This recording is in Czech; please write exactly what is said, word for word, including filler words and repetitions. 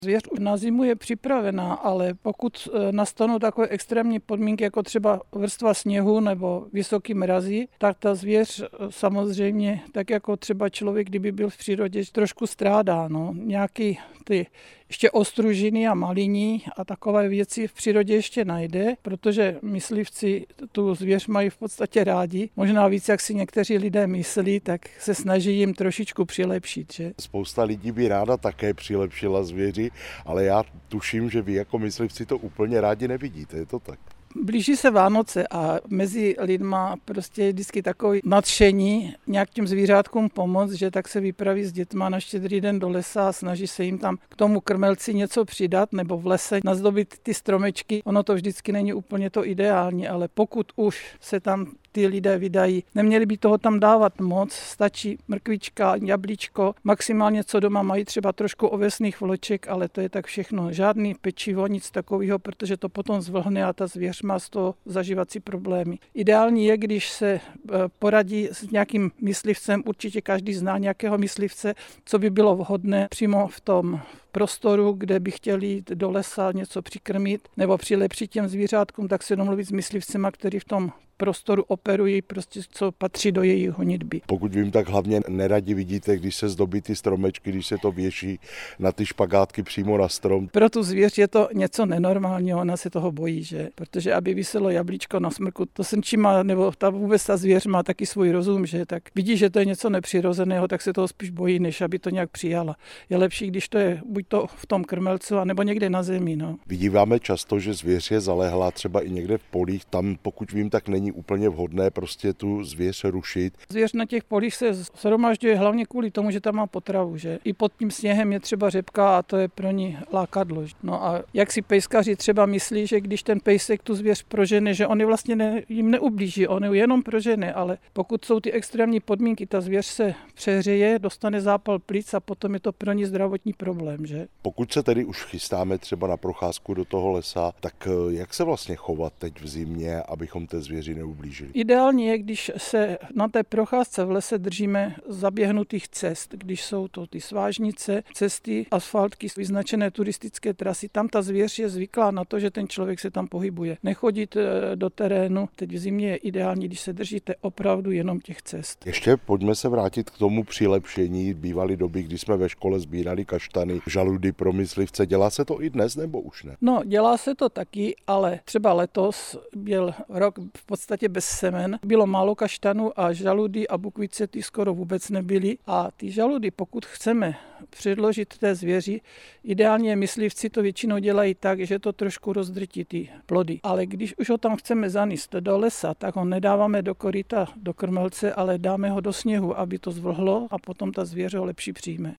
Zvěř už na zimu je připravená, ale pokud nastanou takové extrémní podmínky, jako třeba vrstva sněhu nebo vysoký mrazy, tak ta zvěř samozřejmě, tak jako třeba člověk, kdyby byl v přírodě, trošku strádá. No. Nějaký ty ještě ostružiny a maliní a takové věci v přírodě ještě najde, protože myslivci tu zvěř mají v podstatě rádi. Možná víc, jak si někteří lidé myslí, tak se snaží jim trošičku přilepšit. Že? Spousta lidí by ráda také přilepšila zvěři, ale já tuším, že vy jako myslivci to úplně rádi nevidíte, je to tak? Blíží se Vánoce a mezi lidma prostě je vždycky takové nadšení nějak těm zvířátkům pomoct, že tak se vypraví s dětma na Štědrý den do lesa a snaží se jim tam k tomu krmelci něco přidat nebo v lese nazdobit ty stromečky. Ono to vždycky není úplně to ideální, ale pokud už se tam ty lidé vydají. Neměli by toho tam dávat moc, stačí mrkvička, jablíčko, maximálně co doma mají třeba trošku ovesných vloček, ale to je tak všechno. Žádný pečivo, nic takového, protože to potom zvlhne a ta zvěř má z toho zažívací problémy. Ideální je, když se poradí s nějakým myslivcem, určitě každý zná nějakého myslivce, co by bylo vhodné přímo v tom prostoru, kde by chtěli jít do lesa něco přikrmit nebo přilepšit těm zvířátkům, tak se domluvit s myslivcema, který v tom prostoru operují, prostě co patří do jejich honitby. Pokud vím, tak hlavně neradi vidíte, když se zdobí ty stromečky, když se to věší na ty špagátky přímo na strom. Pro tu zvěř je to něco nenormálního, ona se toho bojí, že? Protože aby viselo jablíčko na smrku, to srnčí má, nebo ta vůbec ta zvěř má taky svůj rozum, že? Tak vidí, že to je něco nepřirozeného, tak se toho spíš bojí, než aby to nějak přijala. Je lepší, když to je buď to v tom krmelcu, anebo někde na zemi. No. Vidíváme často, že zvěř je zalehlá třeba i někde v polích, tam pokud vím, tak není úplně vhodné prostě tu zvěř rušit. Zvěř na těch polích se shromažďuje hlavně kvůli tomu, že tam má potravu, že? I pod tím sněhem je třeba řepka a to je pro ní lákadlo. No a jak si pejskaři třeba myslí, že když ten pejsek tu zvěř prožene, že on je vlastně ne, jim neublíží, on je jenom prožene, ale pokud jsou ty extrémní podmínky, ta zvěř se přehřeje, dostane zápal plic a potom je to pro ní zdravotní problém, že? Pokud se tedy už chystáme třeba na procházku do toho lesa, tak jak se vlastně chovat teď v zimě, abychom té zvěři neublížili? Ideální je, když se na té procházce v lese držíme zaběhnutých cest, když jsou to ty svážnice, cesty, asfaltky, vyznačené turistické trasy. Tam ta zvěř je zvyklá na to, že ten člověk se tam pohybuje. Nechodit do terénu, teď v zimě je ideální, když se držíte opravdu jenom těch cest. Ještě pojďme se vrátit k tomu přilepšení bývaly doby, kdy jsme ve škole sbírali kaštany, žaludy pro myslivce. Dělá se to i dnes, nebo už ne? No, dělá se to taky, ale třeba letos byl rok v podstatě bez semen. Bylo málo kaštanů a žaludy a bukvice ty skoro vůbec nebyly. A ty žaludy, pokud chceme předložit té zvěři, ideálně myslivci to většinou dělají tak, že to trošku rozdrtí ty plody. Ale když už ho tam chceme zanést do lesa, tak ho nedáváme do koryta, do krmelce, ale dáme ho do sněhu, aby to zvlhlo a potom ta zvěře ho lepší přijme.